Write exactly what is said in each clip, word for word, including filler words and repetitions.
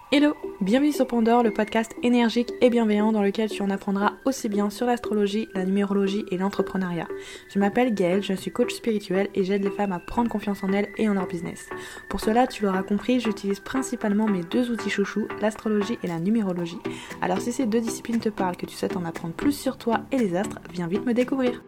Hello, bienvenue sur Pandore, le podcast énergique et bienveillant dans lequel tu en apprendras aussi bien sur l'astrologie, la numérologie et l'entrepreneuriat. Je m'appelle Gaëlle, je suis coach spirituel et j'aide les femmes à prendre confiance en elles et en leur business. Pour cela, tu l'auras compris, j'utilise principalement mes deux outils chouchous, l'astrologie et la numérologie. Alors si ces deux disciplines te parlent, que tu souhaites en apprendre plus sur toi et les astres, viens vite me découvrir.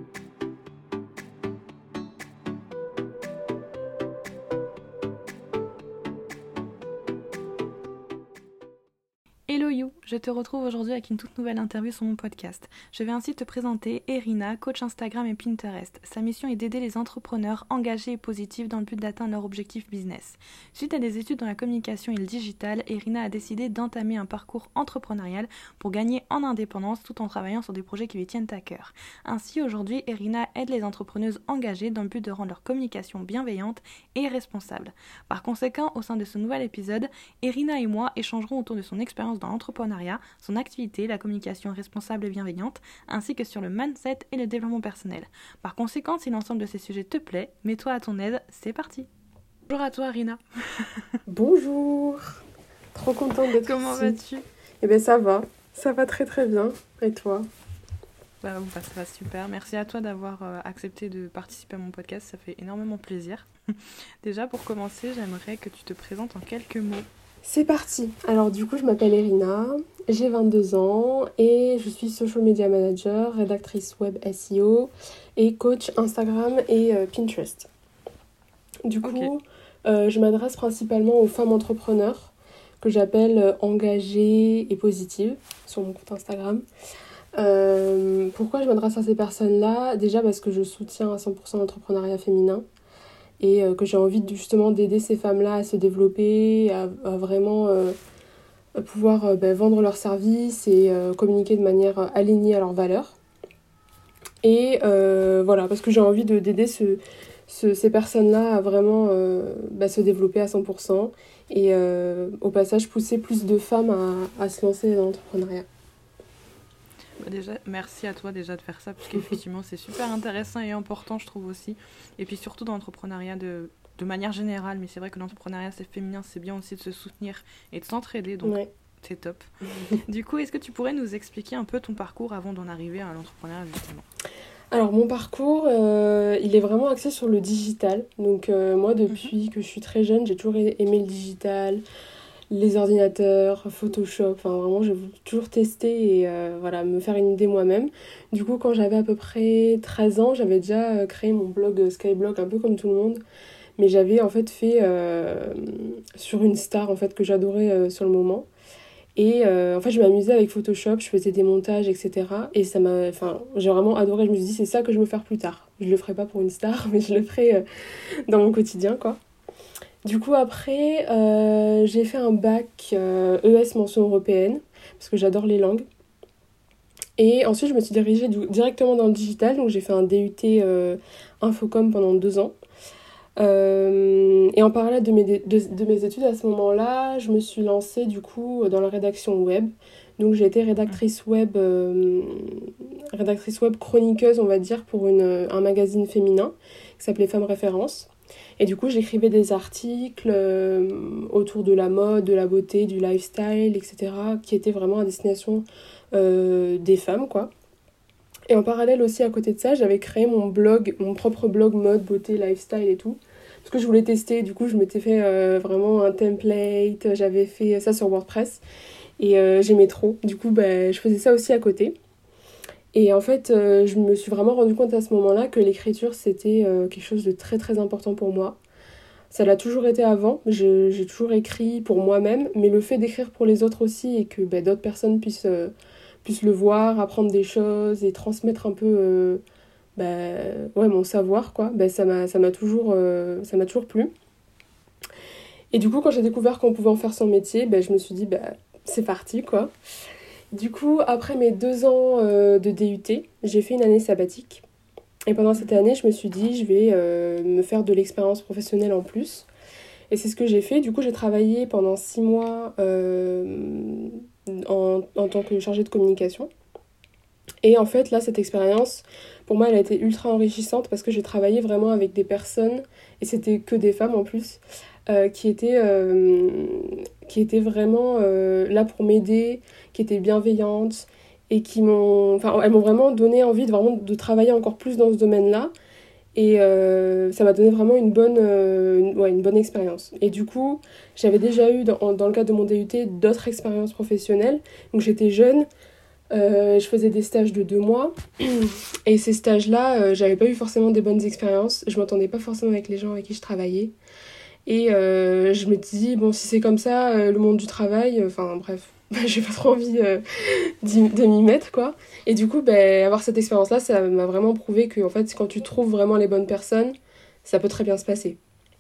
Hello you, je te retrouve aujourd'hui avec une toute nouvelle interview sur mon podcast. Je vais ainsi te présenter Erina, coach Instagram et Pinterest. Sa mission est d'aider les entrepreneurs engagés et positifs dans le but d'atteindre leur objectif business. Suite à des études dans la communication et le digital, Erina a décidé d'entamer un parcours entrepreneurial pour gagner en indépendance tout en travaillant sur des projets qui lui tiennent à cœur. Ainsi, aujourd'hui, Erina aide les entrepreneuses engagées dans le but de rendre leur communication bienveillante et responsable. Par conséquent, au sein de ce nouvel épisode, Erina et moi échangerons autour de son expérience dans l'entrepreneuriat, son activité, la communication responsable et bienveillante, ainsi que sur le mindset et le développement personnel. Par conséquent, si l'ensemble de ces sujets te plaît, mets-toi à ton aise, c'est parti. Bonjour à toi, Erina. Bonjour. Trop contente d'être ici. Comment vas-tu? Eh bien ça va, ça va très très bien. Et toi? Bah, bah, ça va super. Merci à toi d'avoir euh, accepté de participer à mon podcast, ça fait énormément plaisir. Déjà, pour commencer, j'aimerais que tu te présentes en quelques mots. C'est parti. Alors du coup, je m'appelle Erina, j'ai vingt-deux ans et je suis social media manager, rédactrice web S E O et coach Instagram et euh, Pinterest. Du coup, okay. euh, je m'adresse principalement aux femmes entrepreneurs que j'appelle euh, engagées et positives sur mon compte Instagram. Euh, pourquoi je m'adresse à ces personnes-là? Déjà parce que je soutiens à cent pour cent l'entrepreneuriat féminin. Et que j'ai envie de, justement d'aider ces femmes-là à se développer, à, à vraiment euh, à pouvoir euh, bah, vendre leurs services et euh, communiquer de manière alignée à leurs valeurs. Et euh, voilà, parce que j'ai envie de, d'aider ce, ce, ces personnes-là à vraiment euh, bah, se développer à cent pour cent et euh, au passage pousser plus de femmes à, à se lancer dans l'entrepreneuriat. Déjà, merci à toi déjà de faire ça, parce qu'effectivement c'est super intéressant et important, je trouve aussi. Et puis surtout dans l'entrepreneuriat de, de manière générale, mais c'est vrai que l'entrepreneuriat c'est féminin, c'est bien aussi de se soutenir et de s'entraider, donc ouais. C'est top. Du coup, est-ce que tu pourrais nous expliquer un peu ton parcours avant d'en arriver à l'entrepreneuriat justement? Alors mon parcours, euh, il est vraiment axé sur le digital. Donc euh, moi depuis mm-hmm. que je suis très jeune, j'ai toujours aimé le digital, les ordinateurs, Photoshop, enfin vraiment j'ai toujours testé et euh, voilà, me faire une idée moi-même. Du coup quand j'avais à peu près treize ans, j'avais déjà créé mon blog Skyblog un peu comme tout le monde, mais j'avais en fait fait euh, sur une star en fait que j'adorais euh, sur le moment. Et euh, en fait je m'amusais avec Photoshop, je faisais des montages, et cetera. Et ça m'a, enfin j'ai vraiment adoré, je me suis dit c'est ça que je veux faire plus tard. Je le ferai pas pour une star, mais je le ferai euh, dans mon quotidien quoi. Du coup, après, euh, j'ai fait un bac euh, E S mention européenne, parce que j'adore les langues. Et ensuite, je me suis dirigée du- directement dans le digital, donc j'ai fait un D U T euh, Infocom pendant deux ans. Euh, et en parallèle de mes, de, de mes études, à ce moment-là, je me suis lancée du coup dans la rédaction web. Donc j'ai été rédactrice web, euh, rédactrice web chroniqueuse, on va dire, pour une, un magazine féminin qui s'appelait Femmes Références. Et du coup, j'écrivais des articles euh, autour de la mode, de la beauté, du lifestyle, et cetera, qui étaient vraiment à destination euh, des femmes, quoi. Et en parallèle aussi, à côté de ça, j'avais créé mon blog, mon propre blog mode, beauté, lifestyle et tout. Parce que je voulais tester, du coup, je m'étais fait euh, vraiment un template, j'avais fait ça sur WordPress. Et euh, j'aimais trop. Du coup, bah, je faisais ça aussi à côté. Et en fait, euh, je me suis vraiment rendu compte à ce moment-là que l'écriture, c'était euh, quelque chose de très très important pour moi. Ça l'a toujours été avant, je, j'ai toujours écrit pour moi-même, mais le fait d'écrire pour les autres aussi et que bah, d'autres personnes puissent, euh, puissent le voir, apprendre des choses et transmettre un peu euh, bah, ouais, mon savoir, quoi, bah, ça m'a, ça m'a toujours, euh, ça m'a toujours plu. Et du coup, quand j'ai découvert qu'on pouvait en faire son métier, bah, je me suis dit, bah, c'est parti, quoi. Du coup, après mes deux ans euh, de D U T, j'ai fait une année sabbatique. Et pendant cette année, je me suis dit, je vais euh, me faire de l'expérience professionnelle en plus. Et c'est ce que j'ai fait. Du coup, j'ai travaillé pendant six mois euh, en, en tant que chargée de communication. Et en fait, là, cette expérience, pour moi, elle a été ultra enrichissante parce que j'ai travaillé vraiment avec des personnes, et c'était que des femmes en plus, euh, qui étaient, euh, qui étaient vraiment euh, là pour m'aider, qui étaient bienveillantes et qui m'ont... Enfin, elles m'ont vraiment donné envie de, vraiment, de travailler encore plus dans ce domaine-là. Et euh, ça m'a donné vraiment une bonne, euh, une, ouais, une bonne expérience. Et du coup, j'avais déjà eu, dans, dans le cadre de mon D U T, d'autres expériences professionnelles. Donc j'étais jeune, euh, je faisais des stages de deux mois. Et ces stages-là, euh, j'avais pas eu forcément des bonnes expériences. Je m'entendais pas forcément avec les gens avec qui je travaillais. Et euh, je me dis, bon, si c'est comme ça, euh, le monde du travail, enfin bref, j'ai pas trop envie euh, d'y- de m'y mettre, quoi. Et du coup, ben, avoir cette expérience-là, ça m'a vraiment prouvé que, en fait, quand tu trouves vraiment les bonnes personnes, ça peut très bien se passer.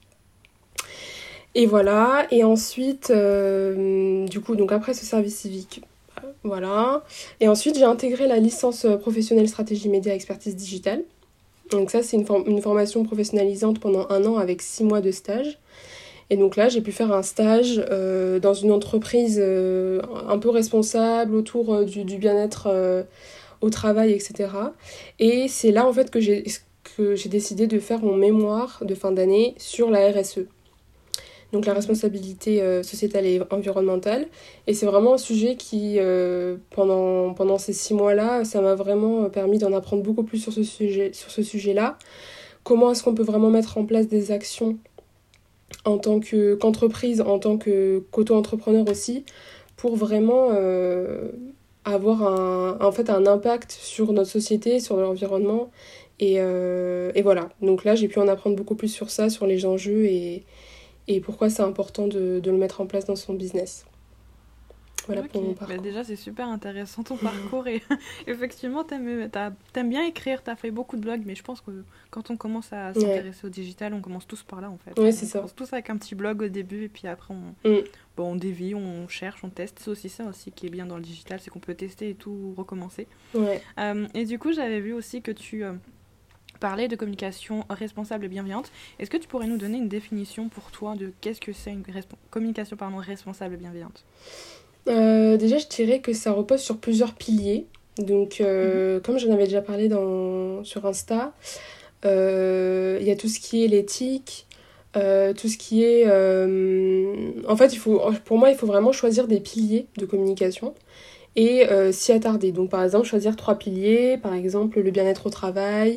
Et voilà, et ensuite, euh, du coup, donc après ce service civique, euh, voilà. Et ensuite, j'ai intégré la licence professionnelle stratégie média expertise digitale. Donc ça, c'est une, for- une formation professionnalisante pendant un an avec six mois de stage. Et donc là, j'ai pu faire un stage euh, dans une entreprise euh, un peu responsable autour euh, du, du bien-être euh, au travail, et cetera. Et c'est là, en fait, que j'ai, que j'ai décidé de faire mon mémoire de fin d'année sur la R S E. Donc la responsabilité euh, sociétale et environnementale. Et c'est vraiment un sujet qui, euh, pendant, pendant ces six mois-là, ça m'a vraiment permis d'en apprendre beaucoup plus sur ce sujet, sur ce sujet-là. Comment est-ce qu'on peut vraiment mettre en place des actions en tant que, qu'entreprise, en tant que, qu'auto-entrepreneur aussi, pour vraiment euh, avoir un, en fait, un impact sur notre société, sur l'environnement. Et, euh, et voilà. Donc là, j'ai pu en apprendre beaucoup plus sur ça, sur les enjeux et, et pourquoi c'est important de, de le mettre en place dans son business. Voilà Ok, pour mon bah parcours. déjà c'est super intéressant ton parcours et effectivement t'aimes, t'as- t'aimes bien écrire, t'as fait beaucoup de blogs, mais je pense que quand on commence à Ouais, s'intéresser au digital, on commence tous par là en fait. ouais, c'est On ça. commence tous avec un petit blog au début et puis après on, Mm. bon, on dévie, on cherche, on teste. C'est aussi ça aussi qui est bien dans le digital, c'est qu'on peut tester et tout recommencer. Ouais. Euh, et du coup j'avais vu aussi que tu euh, parlais de communication responsable et bienveillante. Est-ce que tu pourrais nous donner une définition pour toi de qu'est-ce que c'est une respo- communication pardon, responsable et bienveillante? Euh, déjà, je dirais que ça repose sur plusieurs piliers. Donc, Mhm. euh, comme j'en avais déjà parlé dans, sur Insta, euh, il y a tout ce qui est l'éthique, euh, tout ce qui est... euh, En fait, il faut, pour moi, il faut vraiment choisir des piliers de communication et euh, s'y attarder. Donc, par exemple, choisir trois piliers, par exemple, le bien-être au travail,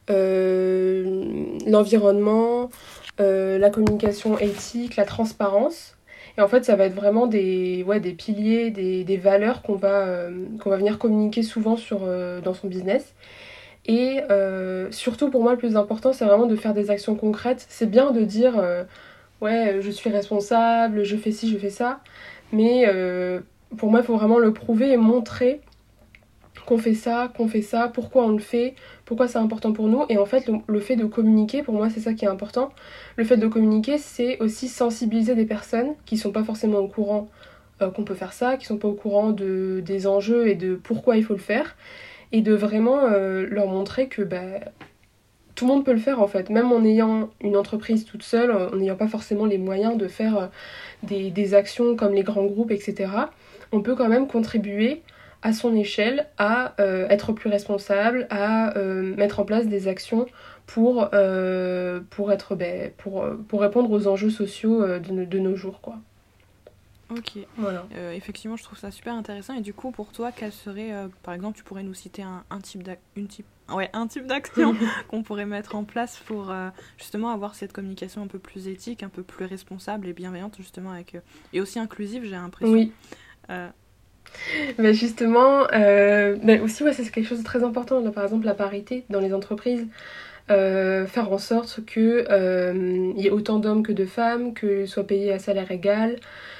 euh, l'environnement, euh, la communication éthique, la transparence. Et en fait, ça va être vraiment des, ouais, des piliers, des, des valeurs qu'on va, euh, qu'on va venir communiquer souvent sur, euh, dans son business. Et euh, surtout, pour moi, le plus important, c'est vraiment de faire des actions concrètes. C'est bien de dire, euh, ouais, je suis responsable, je fais ci, je fais ça. Mais euh, pour moi, il faut vraiment le prouver et montrer qu'on fait ça, qu'on fait ça, pourquoi on le fait, pourquoi c'est important pour nous. Et en fait, le, le fait de communiquer, pour moi, c'est ça qui est important. Le fait de communiquer, c'est aussi sensibiliser des personnes qui sont pas forcément au courant euh, qu'on peut faire ça, qui sont pas au courant de, des enjeux et de pourquoi il faut le faire. Et de vraiment euh, leur montrer que bah, tout le monde peut le faire en fait. Même en ayant une entreprise toute seule, en n'ayant pas forcément les moyens de faire euh, des, des actions comme les grands groupes, et cetera, on peut quand même contribuer à son échelle à euh, être plus responsable, à euh, mettre en place des actions pour, euh, pour, être, ben, pour, pour répondre aux enjeux sociaux euh, de, de nos jours, quoi. Ok. Voilà. Euh, effectivement, je trouve ça super intéressant. Et du coup, pour toi, quel serait, euh, par exemple, tu pourrais nous citer un, un type d'ac- une type, ouais, un type d'action qu'on pourrait mettre en place pour euh, justement avoir cette communication un peu plus éthique, un peu plus responsable et bienveillante, justement, avec, euh, et aussi inclusive, j'ai l'impression. Oui. Euh, Ben justement, euh, ben aussi, ouais, c'est quelque chose de très important. Là, par exemple, la parité dans les entreprises. Euh, faire en sorte qu'il euh, y ait autant d'hommes que de femmes, que soient payés à salaire égal,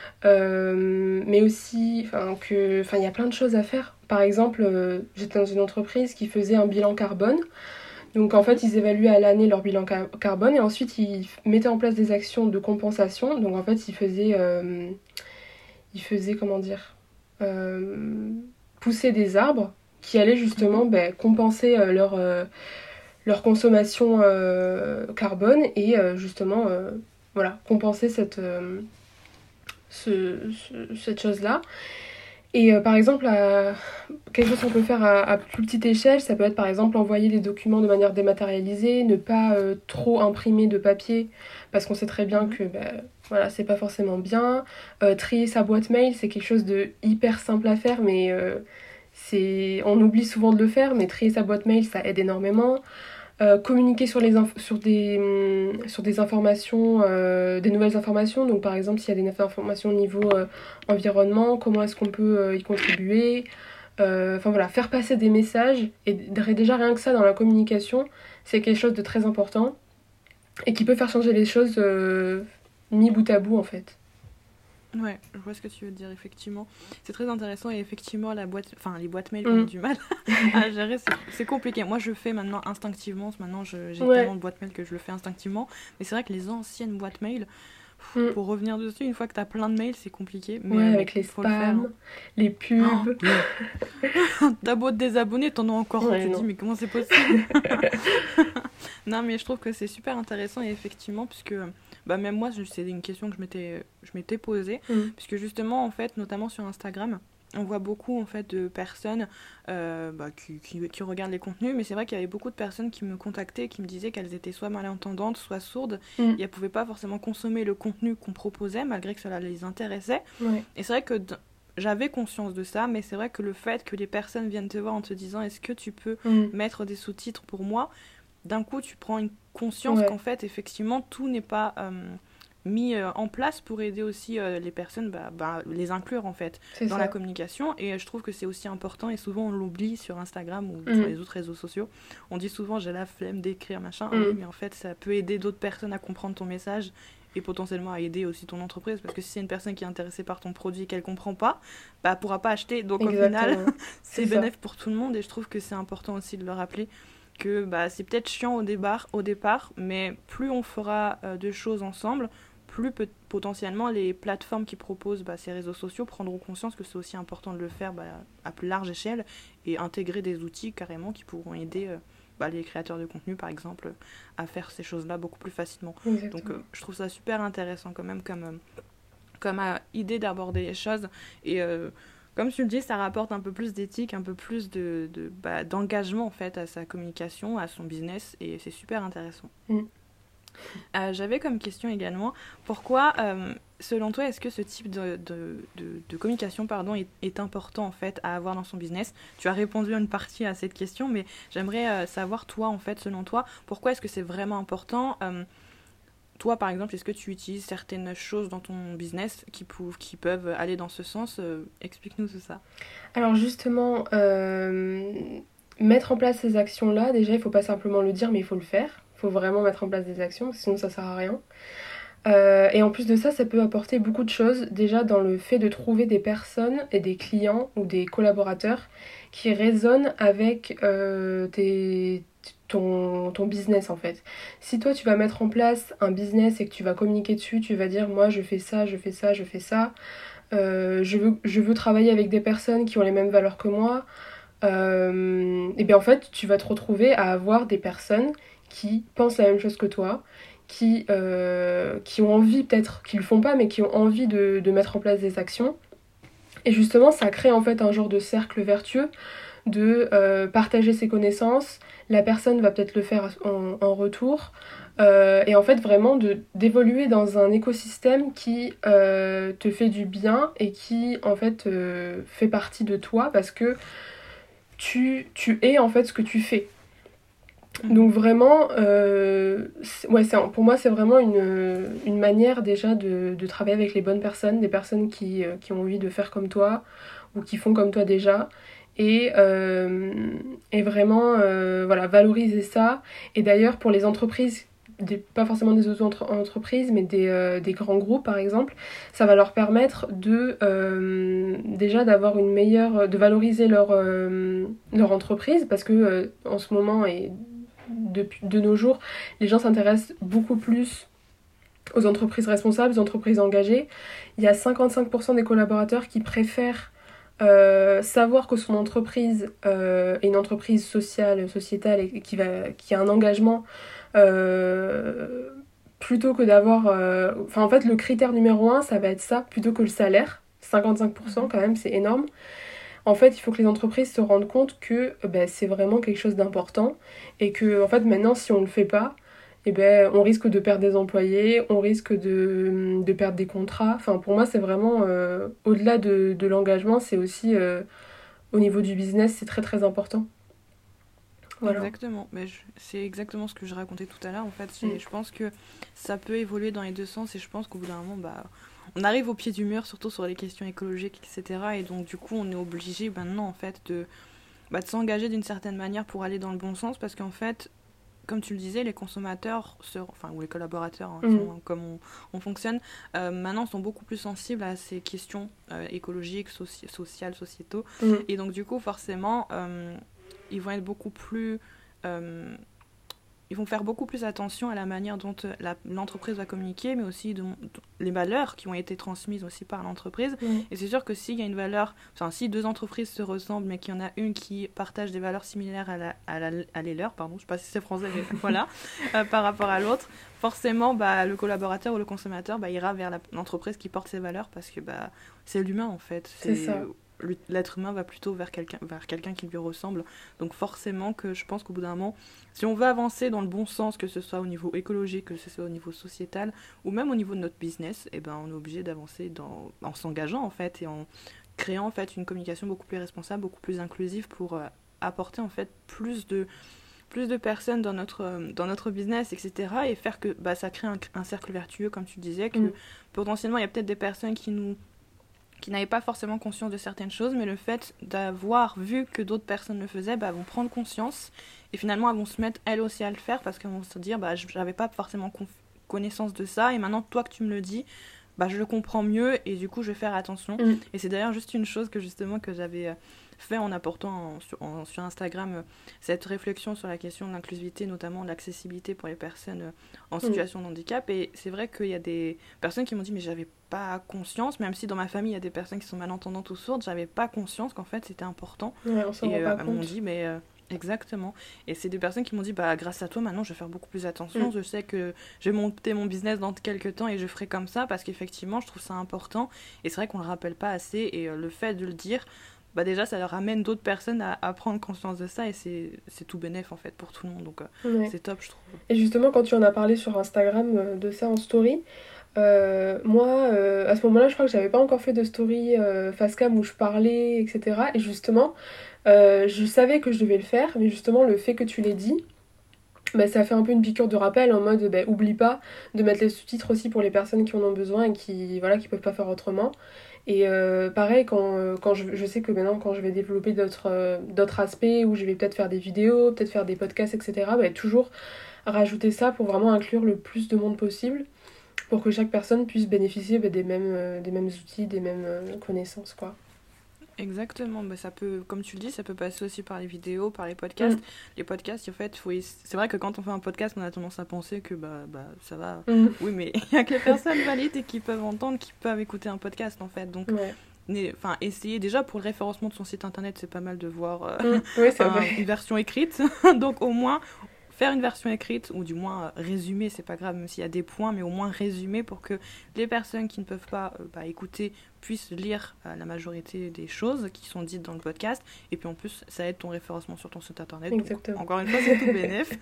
euh, mais aussi que, enfin, il y a plein de choses à faire. Par exemple, euh, j'étais dans une entreprise qui faisait un bilan carbone. Donc en mhm. fait, ils évaluaient à l'année leur bilan car- carbone et ensuite ils mettaient en place des actions de compensation. Donc en fait, ils faisaient, euh, ils faisaient comment dire, euh, pousser des arbres qui allaient Mhm. justement ben, compenser euh, leur, euh, leur consommation euh, carbone et euh, justement euh, voilà, compenser cette, euh, ce, ce- cette chose-là. Et euh, par exemple, à... quelque chose qu'on peut faire à, à plus petite échelle, ça peut être par exemple envoyer des documents de manière dématérialisée, ne pas euh, trop imprimer de papier, parce qu'on sait très bien Mhm. que bah, voilà, c'est pas forcément bien. Euh, trier sa boîte mail, c'est quelque chose de hyper simple à faire, mais euh, c'est... on oublie souvent de le faire, mais trier sa boîte mail, ça aide énormément. Euh, communiquer sur, les inf- sur, des, hum, sur des informations, euh, des nouvelles informations. Donc par exemple, s'il y a des informations au niveau euh, environnement, comment est-ce qu'on peut euh, y contribuer. Euh, Enfin voilà, faire passer des messages. Et d- déjà rien que ça dans la communication, c'est quelque chose de très important et qui peut faire changer les choses euh, mis bout à bout en fait. Ouais, je vois ce que tu veux dire, effectivement. C'est très intéressant et effectivement, la boîte, enfin, les boîtes mail qu'on a Mm. du mal à gérer, c'est, c'est compliqué. Moi, je fais maintenant instinctivement. Maintenant, je- j'ai Ouais. tellement de boîtes mail que je le fais instinctivement. Mais c'est vrai que les anciennes boîtes mail, pff, Mm. pour revenir dessus, une fois que t'as plein de mails, c'est compliqué. Mais Ouais, euh, bon, avec les faut le faire, hein. spams, les Oh, pubs. oui. T'as beau te désabonner, t'en as encore. Ouais, Tu te dis, non. mais comment c'est possible? Non, mais je trouve que c'est super intéressant et effectivement, puisque bah, même moi, je- c'est une question que je m'étais, je m'étais posée, Mm. puisque justement, en fait, notamment sur Instagram, on voit beaucoup en fait de personnes euh, bah, qui, qui, qui regardent les contenus, mais c'est vrai qu'il y avait beaucoup de personnes qui me contactaient, qui me disaient qu'elles étaient soit malentendantes, soit sourdes, Mm. et elles pouvaient pas forcément consommer le contenu qu'on proposait, malgré que cela les intéressait. Ouais. Et c'est vrai que d- j'avais conscience de ça, mais c'est vrai que le fait que les personnes viennent te voir en te disant est-ce que tu peux Mm. mettre des sous-titres pour moi, d'un coup, tu prends une conscience Ouais. qu'en fait, effectivement, tout n'est pas euh, mis euh, en place pour aider aussi euh, les personnes, bah, bah, les inclure en fait C'est dans la ça. communication. Et euh, je trouve que c'est aussi important et souvent on l'oublie sur Instagram ou sur Mm. les autres réseaux sociaux. On dit souvent j'ai la flemme d'écrire machin. Ah oui, Mm. mais en fait, ça peut aider d'autres personnes à comprendre ton message et potentiellement à aider aussi ton entreprise parce que si c'est une personne qui est intéressée par ton produit et qu'elle comprend pas, bah elle pourra pas acheter. Donc au final, Exactement. C'est c'est ça. bénéfique pour tout le monde et je trouve que c'est important aussi de le rappeler que bah, c'est peut-être chiant au départ, au départ, mais plus on fera euh, de choses ensemble, plus peut- potentiellement les plateformes qui proposent bah, ces réseaux sociaux prendront conscience que c'est aussi important de le faire bah, à plus large échelle et intégrer des outils carrément qui pourront aider euh, bah, les créateurs de contenu par exemple à faire ces choses-là beaucoup plus facilement. Donc Exactement. euh, je trouve ça super intéressant quand même comme, euh, comme euh, idée d'aborder les choses et euh, comme tu le dis, ça rapporte un peu plus d'éthique, un peu plus de, de, bah, d'engagement en fait à sa communication, à son business, et c'est super intéressant. Mm. Euh, j'avais comme question également, pourquoi, euh, selon toi, est-ce que ce type de, de, de, de communication pardon, est, est important en fait à avoir dans son business? Tu as répondu une partie à cette question, mais j'aimerais euh, savoir toi en fait, selon toi, pourquoi est-ce que c'est vraiment important? euh, Toi, par exemple, est-ce que tu utilises certaines choses dans ton business qui, pou- qui peuvent aller dans ce sens? Euh, Explique-nous tout ça. Alors justement, euh, mettre en place ces actions-là, déjà, il faut pas simplement le dire, mais il faut le faire. Il faut vraiment mettre en place des actions, parce que sinon ça sert à rien. Euh, et en plus de ça, ça peut apporter beaucoup de choses, déjà dans le fait de trouver des personnes et des clients ou des collaborateurs qui résonnent avec euh, tes, ton, ton business en fait. Si toi tu vas mettre en place un business et que tu vas communiquer dessus, tu vas dire moi je fais ça, je fais ça, je fais ça, euh, je, veux, je veux travailler avec des personnes qui ont les mêmes valeurs que moi, euh, et bien en fait tu vas te retrouver à avoir des personnes qui pensent la même chose que toi, qui, euh, qui ont envie peut-être, qui le font pas mais qui ont envie de, de mettre en place des actions. Et justement ça crée en fait un genre de cercle vertueux de euh, partager ses connaissances, la personne va peut-être le faire en, en retour, euh, et en fait vraiment de, d'évoluer dans un écosystème qui euh, te fait du bien et qui en fait euh, fait partie de toi parce que tu, tu es en fait ce que tu fais. Mhm. Donc vraiment, euh, c'est- ouais, c'est, pour moi c'est vraiment une, une manière déjà de, de travailler avec les bonnes personnes, des personnes qui, euh, qui ont envie de faire comme toi ou qui font comme toi déjà. Et, euh, et vraiment euh, voilà, valoriser ça. Et d'ailleurs pour les entreprises, des, pas forcément des auto-entreprises, mais des, euh, des grands groupes par exemple, ça va leur permettre de euh, déjà d'avoir une meilleure, de valoriser leur, euh, leur entreprise parce que euh, en ce moment et de, de nos jours, les gens s'intéressent beaucoup plus aux entreprises responsables, aux entreprises engagées. Il y a cinquante-cinq pour cent des collaborateurs qui préfèrent euh, savoir que son entreprise euh, est une entreprise sociale, sociétale et qui, va, qui a un engagement euh, plutôt que d'avoir... euh, Enfin, en fait, le critère numéro un, ça va être ça, plutôt que le salaire. cinquante-cinq pour cent quand même, c'est énorme. En fait, il faut que les entreprises se rendent compte que ben, c'est vraiment quelque chose d'important et que en fait, maintenant, si on ne le fait pas, eh ben, on risque de perdre des employés, on risque de, de perdre des contrats. Enfin, pour moi, c'est vraiment, euh, au-delà de, de l'engagement, c'est aussi, euh, au niveau du business, c'est très très important. Voilà. Exactement, mais je- c'est exactement ce que je racontais tout à l'heure. En fait, j'ai- Mm. je pense que ça peut évoluer dans les deux sens et je pense qu'au bout d'un moment, bah, on arrive au pied du mur, surtout sur les questions écologiques, et cetera. Et donc, du coup, on est obligé maintenant, en fait, de, bah, de s'engager d'une certaine manière pour aller dans le bon sens parce qu'en fait, comme tu le disais, les consommateurs, se- enfin, ou les collaborateurs, hein, Mm. selon comme on, on fonctionne, euh, maintenant sont beaucoup plus sensibles à ces questions euh, écologiques, soci- sociales, sociétaux. Mm. Et donc, du coup, forcément, euh, ils vont être beaucoup plus. euh, Ils vont faire beaucoup plus attention à la manière dont euh, la- l'entreprise va communiquer, mais aussi de, de- les valeurs qui ont été transmises aussi par l'entreprise. Mm. Et c'est sûr que s'il y a une valeur, enfin, si deux entreprises se ressemblent, mais qu'il y en a une qui partage des valeurs similaires à, la, à, la, à les leurs, pardon, je sais pas si c'est français, mais voilà, euh, par rapport à l'autre, forcément, bah, le collaborateur ou le consommateur bah, ira vers la- l'entreprise qui porte ces valeurs parce que bah, c'est l'humain en fait. C'est ça. L'être humain va plutôt vers quelqu'un vers quelqu'un qui lui ressemble. Donc forcément que je pense qu'au bout d'un moment, si on veut avancer dans le bon sens, que ce soit au niveau écologique, que ce soit au niveau sociétal, ou même au niveau de notre business, eh ben, on est obligé d'avancer dans, en s'engageant en fait et en créant en fait une communication beaucoup plus responsable, beaucoup plus inclusive pour euh, apporter en fait plus de plus de personnes dans notre, euh, dans notre business, et cetera. Et faire que bah, ça crée un, un cercle vertueux, comme tu disais, que Mm. potentiellement il y a peut-être des personnes qui nous qui n'avaient pas forcément conscience de certaines choses, mais le fait d'avoir vu que d'autres personnes le faisaient, bah, vont prendre conscience et finalement elles vont se mettre elles aussi à le faire parce qu'elles vont se dire bah, je n'avais pas forcément conf- connaissance de ça et maintenant toi que tu me le dis, bah, je le comprends mieux et du coup je vais faire attention. Mm. Et c'est d'ailleurs juste une chose que justement que j'avais euh, fait en apportant en- sur, en- sur Instagram euh, cette réflexion sur la question de l'inclusivité, notamment de l'accessibilité pour les personnes euh, en Mm. situation de handicap. Et c'est vrai qu'il y a des personnes qui m'ont dit mais j'avais pas conscience, même si dans ma famille il y a des personnes qui sont malentendantes ou sourdes, j'avais pas conscience qu'en fait c'était important. Ouais, on s'en Et rend euh, pas elles m'ont compte. dit mais euh, exactement. Et c'est des personnes qui m'ont dit bah grâce à toi maintenant je vais faire beaucoup plus attention, Mm. je sais que je vais monter mon business dans quelques temps et je ferai comme ça parce qu'effectivement je trouve ça important et c'est vrai qu'on le rappelle pas assez et euh, le fait de le dire bah déjà ça leur amène d'autres personnes à, à prendre conscience de ça et c'est, c'est tout bénef en fait pour tout le monde donc euh, Ouais. c'est top je trouve. Et justement, quand tu en as parlé sur Instagram euh, de ça en story, euh, moi, euh, à ce moment-là, je crois que j'avais pas encore fait de story euh, face cam où je parlais, et cetera. Et justement, euh, je savais que je devais le faire, mais justement, le fait que tu l'aies dit, bah, ça fait un peu une piqûre de rappel en mode, bah, oublie pas de mettre les sous-titres aussi pour les personnes qui en ont besoin et qui, voilà, qui peuvent pas faire autrement. Et euh, pareil, quand, euh, quand je, je sais que maintenant, quand je vais développer d'autres euh, d'autres aspects, où je vais peut-être faire des vidéos, peut-être faire des podcasts, et cetera, bah, toujours rajouter ça pour vraiment inclure le plus de monde possible, pour que chaque personne puisse bénéficier bah, des, mêmes, euh, des mêmes outils, des mêmes euh, connaissances, quoi. Exactement, bah ça peut, comme tu le dis, ça peut passer aussi par les vidéos, par les Mm. podcasts. Les podcasts, en fait, faut y- c'est vrai que quand on fait un podcast, on a tendance à penser que bah, bah ça va. Mm. Oui, mais il y a que les personnes valides et qui peuvent entendre, qui peuvent écouter un podcast en fait. Donc, Ouais. né- enfin, essayer déjà pour le référencement de son site internet, c'est pas mal de voir euh, Mm. Oui, c'est un- vrai. une version écrite. Donc, au moins faire une version écrite ou du moins euh, résumée, c'est pas grave, même s'il y a des points, mais au moins résumé pour que les personnes qui ne peuvent pas euh, bah, écouter puissent lire euh, la majorité des choses qui sont dites dans le podcast. Et puis en plus, ça aide ton référencement sur ton site internet. Donc, Exactement. encore une fois, c'est tout bénef.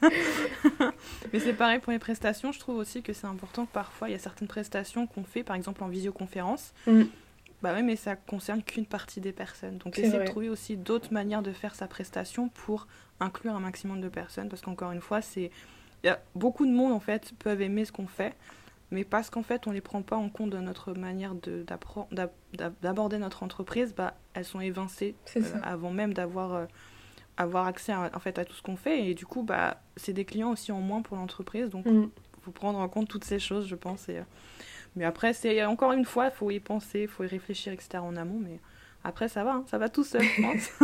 Mais c'est pareil pour les prestations. Je trouve aussi que c'est important que parfois, il y a certaines prestations qu'on fait, par exemple en visioconférence. Mm. Bah ouais, mais ça concerne qu'une partie des personnes. Donc C'est essayer vrai. de trouver aussi d'autres manières de faire sa prestation pour inclure un maximum de personnes. Parce qu'encore une fois, c'est... Il y a beaucoup de monde, en fait, peuvent aimer ce qu'on fait, mais parce qu'en fait, on les prend pas en compte dans notre manière de, d'appro- d'ab- d'ab- d'aborder notre entreprise, bah, elles sont évincées C'est euh, ça. avant même d'avoir, euh, avoir accès à, en fait, à tout ce qu'on fait. Et du coup, bah, c'est des clients aussi en moins pour l'entreprise. Donc, il Mm. faut prendre en compte toutes ces choses, je pense. Et, euh, mais après, c'est encore une fois, il faut y penser, il faut y réfléchir, et cetera en amont. Mais après, ça va, hein, ça va tout seul, je pense.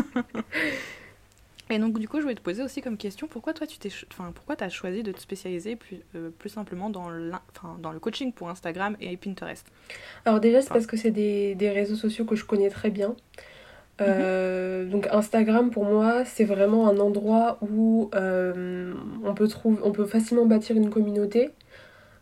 Et donc, du coup, je voulais te poser aussi comme question, pourquoi toi, tu t'es, cho- enfin, pourquoi t'as choisi de te spécialiser plus, euh, plus simplement dans, l'in- enfin, dans le coaching pour Instagram et Pinterest? Alors déjà, c'est Enfin, parce que c'est des, des réseaux sociaux que je connais très bien. mhm, Euh, donc Instagram, pour moi, c'est vraiment un endroit où euh, on peut trouver, on peut facilement bâtir une communauté.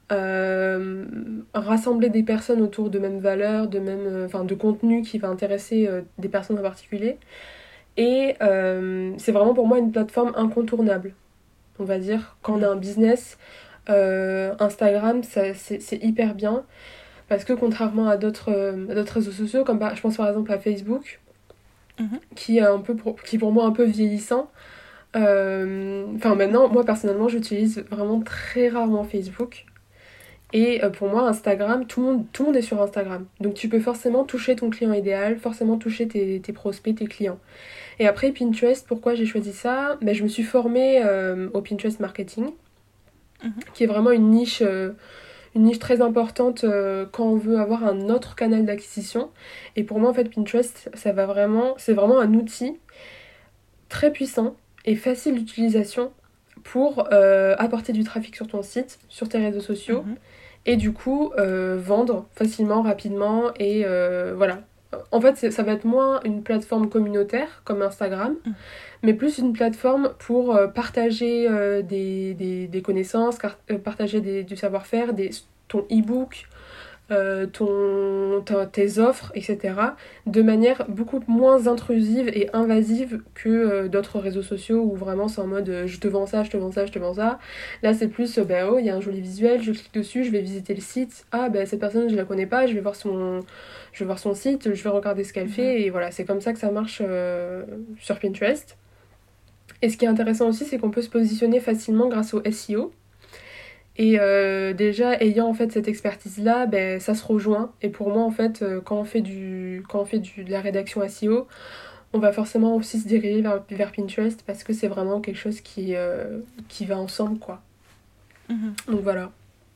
euh, rassembler des personnes autour de mêmes valeurs, de même, euh, enfin, de contenu qui va intéresser euh, des personnes en particulier. Et euh, c'est vraiment pour moi une plateforme incontournable. On va dire, quand on a un business, euh, Instagram, ça, c'est, c'est hyper bien. Parce que contrairement à d'autres, euh, à d'autres réseaux sociaux, comme par, je pense par exemple à Facebook, Mhm. qui est un peu pour, qui est pour moi un peu vieillissant. Euh, Enfin maintenant, moi personnellement, j'utilise vraiment très rarement Facebook. Et euh, pour moi, Instagram, tout le monde, tout le monde est sur Instagram. Donc tu peux forcément toucher ton client idéal, forcément toucher tes, tes prospects, tes clients. Et après, Pinterest, pourquoi j'ai choisi ça? Ben, je me suis formée euh, au Pinterest Marketing, Mhm. qui est vraiment une niche, euh, une niche très importante euh, quand on veut avoir un autre canal d'acquisition. Et pour moi, en fait, Pinterest, ça va vraiment, c'est vraiment un outil très puissant et facile d'utilisation pour euh, apporter du trafic sur ton site, sur tes réseaux sociaux, Mhm. et du coup euh, vendre facilement, rapidement, et euh, voilà. En fait, c'est- ça va être moins une plateforme communautaire comme Instagram, Mhm. mais plus une plateforme pour euh, partager euh, des, des, des connaissances, car- euh, partager des, du savoir-faire, des, ton e-book, euh, ton, ta- tes offres, et cetera, de manière beaucoup moins intrusive et invasive que euh, d'autres réseaux sociaux où vraiment c'est en mode euh, je te vends ça, je te vends ça, je te vends ça. Là c'est plus, euh, bah oh, il y a un joli visuel, je clique dessus, je vais visiter le site. Ah, bah cette personne, je la connais pas, je vais voir son, je vais voir son site, je vais regarder ce qu'elle Mhm. fait, et voilà, c'est comme ça que ça marche euh, sur Pinterest. Et ce qui est intéressant aussi, c'est qu'on peut se positionner facilement grâce au S E O. Et euh, déjà, ayant en fait cette expertise-là, ben, ça se rejoint. Et pour moi, en fait, euh, quand on fait, du, quand on fait du, de la rédaction S E O, on va forcément aussi se diriger vers, vers Pinterest parce que c'est vraiment quelque chose qui, euh, qui va ensemble, quoi. Mhm. Donc voilà.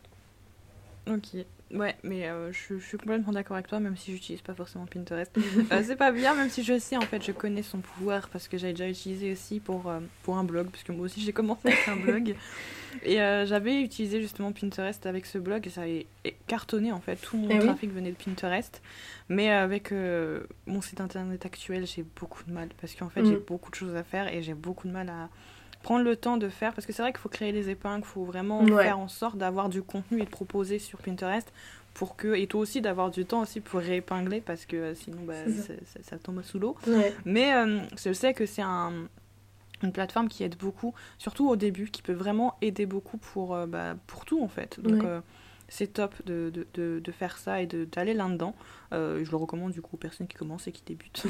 Ok. Ouais, mais euh, je, je suis complètement d'accord avec toi, même si j'utilise pas forcément Pinterest. Euh, c'est pas bien, même si je sais, en fait, je connais son pouvoir parce que j'ai déjà utilisé aussi pour, euh, pour un blog, parce que moi aussi j'ai commencé avec un blog. Et euh, j'avais utilisé justement Pinterest avec ce blog et ça avait cartonné en fait. Tout mon Eh oui. trafic venait de Pinterest. Mais avec euh, mon site internet actuel, j'ai beaucoup de mal parce qu'en fait, Mm. j'ai beaucoup de choses à faire et j'ai beaucoup de mal à prendre le temps de faire parce que c'est vrai qu'il faut créer les épingles, il faut vraiment Ouais. faire en sorte d'avoir du contenu et de proposer sur Pinterest pour que, et toi aussi d'avoir du temps aussi pour réépingler parce que euh, sinon bah, C'est ça. c'est- ça, ça tombe sous l'eau. Ouais. Mais euh, je sais que c'est un, une plateforme qui aide beaucoup, surtout au début, qui peut vraiment aider beaucoup pour, euh, bah, pour tout en fait. Donc Ouais. euh, c'est top de, de, de, de faire ça et de, d'aller là-dedans. Euh, je le recommande du coup aux personnes qui commencent et qui débutent.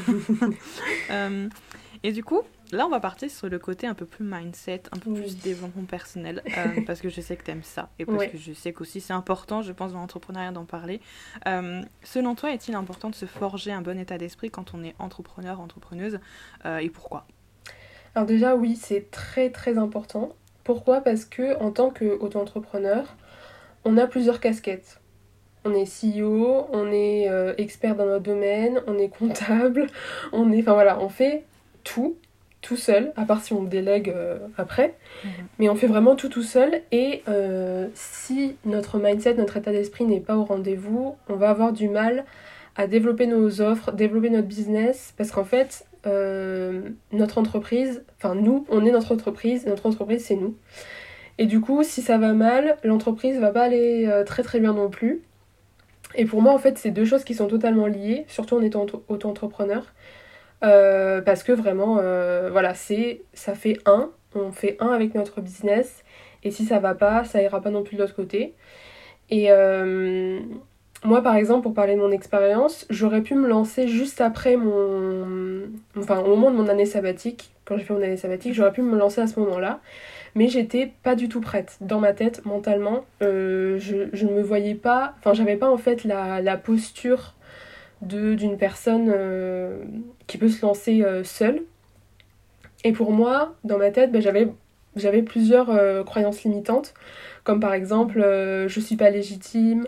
Euh, et du coup, là on va partir sur le côté un peu plus mindset, un peu Oui. plus développement personnel, euh, parce que je sais que t'aimes ça et parce Ouais. que je sais qu'aussi c'est important, je pense, dans l'entrepreneuriat d'en parler. Euh, selon toi, est-il important de se forger un bon état d'esprit quand on est entrepreneur, entrepreneuse euh, et pourquoi? Alors déjà, oui, c'est très très important. Pourquoi? Parce que en tant qu'auto-entrepreneur, on a plusieurs casquettes. On est C E O, on est euh, expert dans notre domaine, on est comptable, on est... Enfin voilà, on fait tout, tout seul, à part si on délègue euh, après. Mhm. Mais on fait vraiment tout tout seul. Et euh, si notre mindset, notre état d'esprit n'est pas au rendez-vous, on va avoir du mal à développer nos offres, développer notre business. Parce qu'en fait, euh, notre entreprise, enfin nous, on est notre entreprise, et notre entreprise c'est nous. Et du coup, si ça va mal, l'entreprise va pas aller euh, très très bien non plus. Et pour moi, en fait, c'est deux choses qui sont totalement liées, surtout en étant auto- auto-entrepreneur. Euh, parce que vraiment, euh, voilà, c'est, ça fait un, on fait un avec notre business. Et si ça va pas, ça ira pas non plus de l'autre côté. Et euh, moi, par exemple, pour parler de mon expérience, j'aurais pu me lancer juste après mon... Enfin, au moment de mon année sabbatique. Quand j'ai fait mon année sabbatique, j'aurais pu me lancer à ce moment-là. Mais j'étais pas du tout prête. Dans ma tête, mentalement, euh, je, je ne me voyais pas... Enfin, j'avais pas en fait la, la posture de, d'une personne euh, qui peut se lancer euh, seule. Et pour moi, dans ma tête, ben, j'avais, j'avais plusieurs euh, croyances limitantes. Comme par exemple, euh, je suis pas légitime,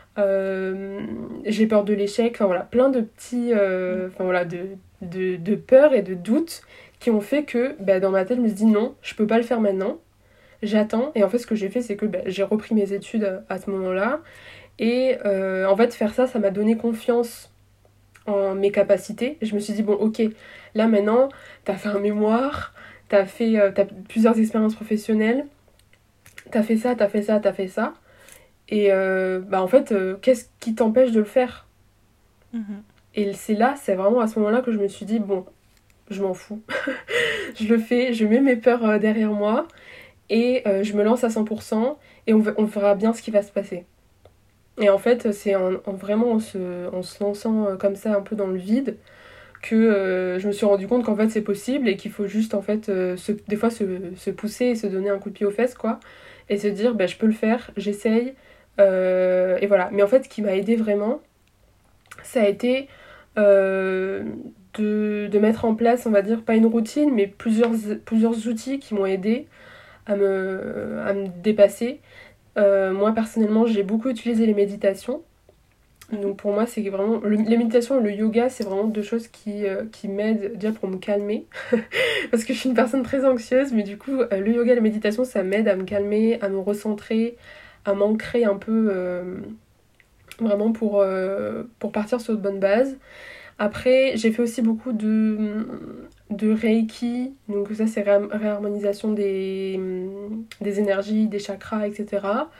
euh, j'ai peur de l'échec, enfin voilà, plein de petits, euh, enfin voilà, de, de, de peurs et de doutes qui ont fait que bah, dans ma tête je me suis dit non, je peux pas le faire maintenant, j'attends. Et en fait ce que j'ai fait c'est que bah, j'ai repris mes études à, à ce moment-là. Et euh, en fait faire ça, ça m'a donné confiance en mes capacités. Et je me suis dit bon ok, là maintenant t'as fait un mémoire, t'as fait euh, t'as plusieurs expériences professionnelles, t'as fait ça, t'as fait ça, t'as fait ça. Et euh, bah, en fait, euh, qu'est-ce qui t'empêche de le faire? Mhm. Et c'est là, c'est vraiment à ce moment-là que je me suis dit, bon, je m'en fous. Je le fais, je mets mes peurs euh, derrière moi et euh, je me lance à cent pour cent et on, on verra bien ce qui va se passer. Et en fait, c'est en, en vraiment en se, en se lançant euh, comme ça un peu dans le vide que euh, je me suis rendu compte qu'en fait c'est possible et qu'il faut juste en fait euh, se, des fois se, se pousser et se donner un coup de pied aux fesses quoi et se dire bah, je peux le faire, j'essaye euh, et voilà. Mais en fait ce qui m'a aidé vraiment ça a été euh, de, de mettre en place on va dire pas une routine mais plusieurs, plusieurs outils qui m'ont aidé à me, à me dépasser. Euh, moi personnellement j'ai beaucoup utilisé les méditations. Donc pour moi, c'est vraiment. Le, les méditations et le yoga, c'est vraiment deux choses qui, euh, qui m'aident déjà pour me calmer. Parce que je suis une personne très anxieuse, mais du coup, euh, le yoga et la méditation, ça m'aide à me calmer, à me recentrer, à m'ancrer un peu euh, vraiment pour, euh, pour partir sur de bonnes bases. Après, j'ai fait aussi beaucoup de, de Reiki. Donc ça, c'est ré- réharmonisation des, des énergies, des chakras, et cetera.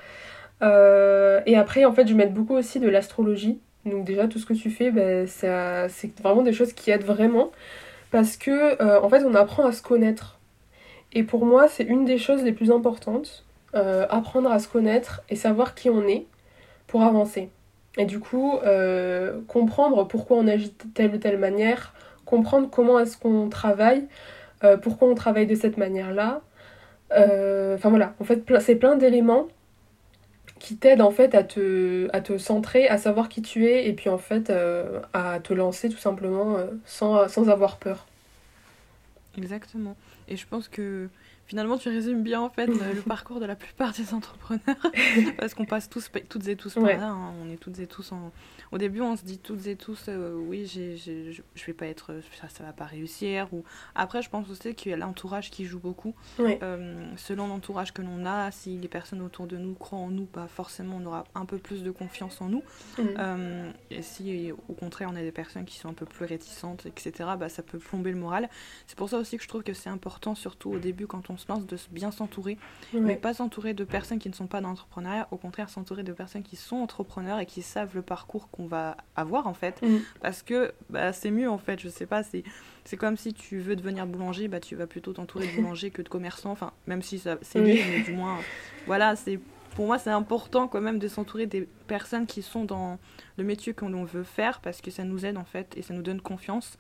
Euh, et après, en fait, je m'aide beaucoup aussi de l'astrologie. Donc déjà, tout ce que tu fais, ben, ça, c'est vraiment des choses qui aident vraiment. Parce que, euh, en fait, on apprend à se connaître. Et pour moi, c'est une des choses les plus importantes. Euh, apprendre à se connaître et savoir qui on est pour avancer. Et du coup, euh, comprendre pourquoi on agit de telle ou telle manière, comprendre comment est-ce qu'on travaille, euh, pourquoi on travaille de cette manière-là. Euh, Enfin voilà, en fait, c'est plein d'éléments qui t'aide en fait à te, à te centrer, à savoir qui tu es et puis en fait euh, à te lancer tout simplement euh, sans, sans avoir peur. Exactement. Et je pense que finalement, tu résumes bien en fait le parcours de la plupart des entrepreneurs parce qu'on passe tous, toutes et tous par Ouais. là. Hein. On est toutes et tous en. Au début, on se dit toutes et tous, euh, oui, j'ai, j'ai, je, je vais pas être, ça, ça va pas réussir. Ou après, je pense aussi qu'il y a l'entourage qui joue beaucoup. Ouais. Euh, selon l'entourage que l'on a, si les personnes autour de nous croient en nous, bah forcément, on aura un peu plus de confiance en nous. Mmh. Euh, et si au contraire on a des personnes qui sont un peu plus réticentes, et cetera, bah, ça peut plomber le moral. C'est pour ça aussi que je trouve que c'est important, surtout au début quand on se lance, de bien s'entourer. Ouais. Mais pas s'entourer de personnes qui ne sont pas dans l'entrepreneuriat, au contraire s'entourer de personnes qui sont entrepreneurs et qui savent le parcours qu'on va avoir en fait. Mmh. Parce que bah, c'est mieux en fait, je sais pas, c'est, c'est comme si tu veux devenir boulanger, bah, tu vas plutôt t'entourer de boulangers que de commerçants, enfin, même si ça, c'est Oui. mieux, mais du moins, voilà, c'est... Pour moi, c'est important quand même de s'entourer des personnes qui sont dans le métier que l'on veut faire parce que ça nous aide en fait et ça nous donne confiance.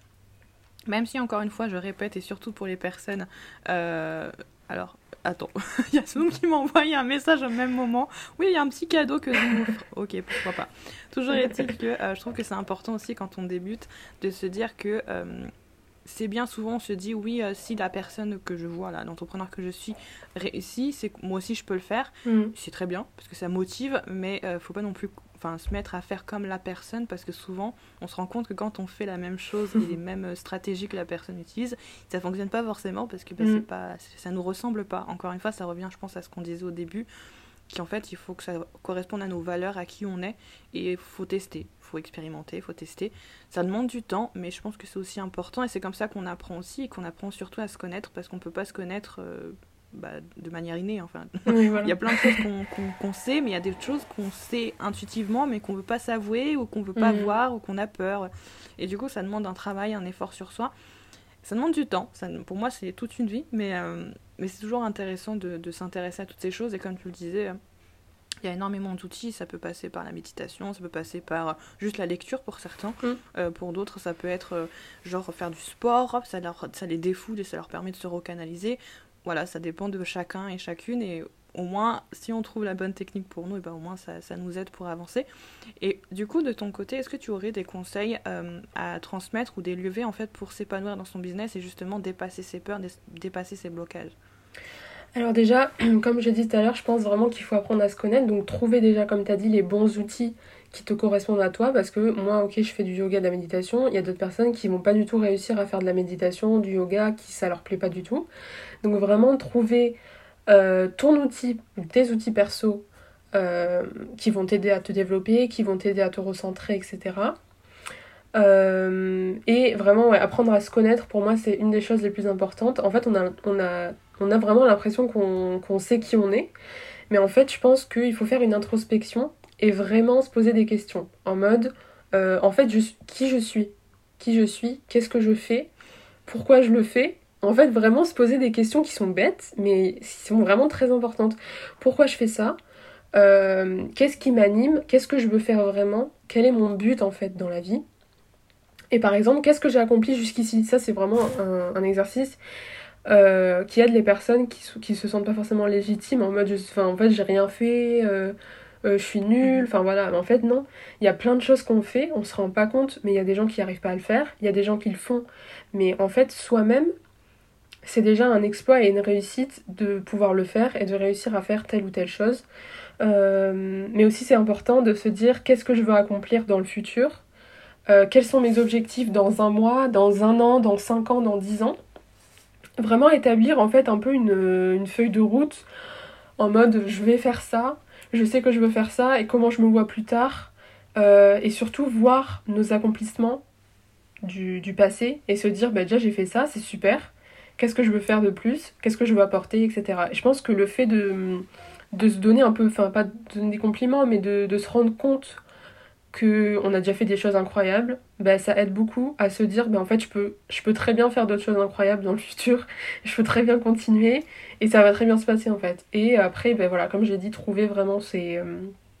Même si, encore une fois, je répète, et surtout pour les personnes... Euh, alors, attends, il y a Zoom qui m'a envoyé un message au même moment. Oui, il y a un petit cadeau que Zoom offre. Ok, pourquoi pas. Toujours est-il que euh, je trouve que c'est important aussi quand on débute de se dire que... Euh, c'est bien souvent, on se dit, oui, euh, si la personne que je vois, là, l'entrepreneur que je suis, réussit, c'est que moi aussi je peux le faire. Mmh. C'est très bien, parce que ça motive, mais euh, faut pas non plus enfin, se mettre à faire comme la personne, parce que souvent, on se rend compte que quand on fait la même chose et les mêmes stratégies que la personne utilise, ça fonctionne pas forcément, parce que bah, Mmh. c'est pas, ça nous ressemble pas. Encore une fois, ça revient, je pense, à ce qu'on disait au début, qu'en fait, il faut que ça corresponde à nos valeurs, à qui on est, et il faut tester, il faut expérimenter, il faut tester. Ça demande du temps, mais je pense que c'est aussi important, et c'est comme ça qu'on apprend aussi, et qu'on apprend surtout à se connaître, parce qu'on ne peut pas se connaître euh, bah, de manière innée, enfin. Oui, voilà. Il y a plein de choses qu'on, qu'on, qu'on sait, mais il y a des choses qu'on sait intuitivement, mais qu'on ne veut pas s'avouer, ou qu'on ne veut pas Mmh. voir, ou qu'on a peur. Et du coup, ça demande un travail, un effort sur soi. Ça demande du temps, ça, pour moi c'est toute une vie, mais, euh, mais c'est toujours intéressant de, de s'intéresser à toutes ces choses, et comme tu le disais, euh, il y a énormément d'outils, ça peut passer par la méditation, ça peut passer par euh, juste la lecture pour certains, Mm. euh, pour d'autres ça peut être euh, genre faire du sport, ça, leur, ça les défoule et ça leur permet de se recanaliser, voilà, ça dépend de chacun et chacune, et au moins si on trouve la bonne technique pour nous, et ben au moins ça, ça nous aide pour avancer. Et du coup de ton côté, est-ce que tu aurais des conseils euh, à transmettre ou des leviers en fait pour s'épanouir dans son business et justement dépasser ses peurs, dé- dépasser ses blocages? Alors déjà, comme j'ai dit tout à l'heure, je pense vraiment qu'il faut apprendre à se connaître, donc trouver déjà, comme tu as dit, les bons outils qui te correspondent à toi, parce que moi, ok, je fais du yoga, de la méditation, il y a d'autres personnes qui vont pas du tout réussir à faire de la méditation, du yoga, qui ça leur plaît pas du tout. Donc vraiment trouver euh, ton outil, ou tes outils perso, euh, qui vont t'aider à te développer, qui vont t'aider à te recentrer, et cetera. Euh, et vraiment, ouais, apprendre à se connaître, pour moi, c'est une des choses les plus importantes. En fait, on a, on a, on a vraiment l'impression qu'on, qu'on sait qui on est. Mais en fait, je pense qu'il faut faire une introspection et vraiment se poser des questions. En mode, euh, en fait, je, qui je suis Qui je suis Qu'est-ce que je fais Pourquoi je le fais En fait, vraiment se poser des questions qui sont bêtes, mais qui sont vraiment très importantes. Pourquoi je fais ça Euh, Qu'est-ce qui m'anime Qu'est-ce que je veux faire vraiment Quel est mon but, en fait, dans la vie Et par exemple, qu'est-ce que j'ai accompli jusqu'ici Ça, c'est vraiment un, un exercice euh, qui aide les personnes qui, qui se sentent pas forcément légitimes, en mode, je, enfin, en fait, j'ai rien fait, euh, euh, je suis nulle, enfin voilà. Mais en fait, non. Il y a plein de choses qu'on fait, on se rend pas compte, mais il y a des gens qui arrivent pas à le faire, il y a des gens qui le font. Mais en fait, soi-même, c'est déjà un exploit et une réussite de pouvoir le faire et de réussir à faire telle ou telle chose. Euh, mais aussi, c'est important de se dire qu'est-ce que je veux accomplir dans le futur, euh, quels sont mes objectifs dans un mois, dans un an, dans cinq ans, dans dix ans. Vraiment établir en fait un peu une, une feuille de route en mode je vais faire ça, je sais que je veux faire ça et comment je me vois plus tard. Euh, et surtout voir nos accomplissements du, du passé et se dire bah déjà j'ai fait ça, c'est super, qu'est-ce que je veux faire de plus, qu'est-ce que je veux apporter, et cetera. Et je pense que le fait de, de se donner un peu, enfin pas de donner des compliments, mais de, de se rendre compte qu'on a déjà fait des choses incroyables, bah, ça aide beaucoup à se dire bah, en fait je peux, je peux très bien faire d'autres choses incroyables dans le futur, je peux très bien continuer et ça va très bien se passer en fait. Et après, bah, voilà, comme j'ai dit, trouver vraiment ces, euh,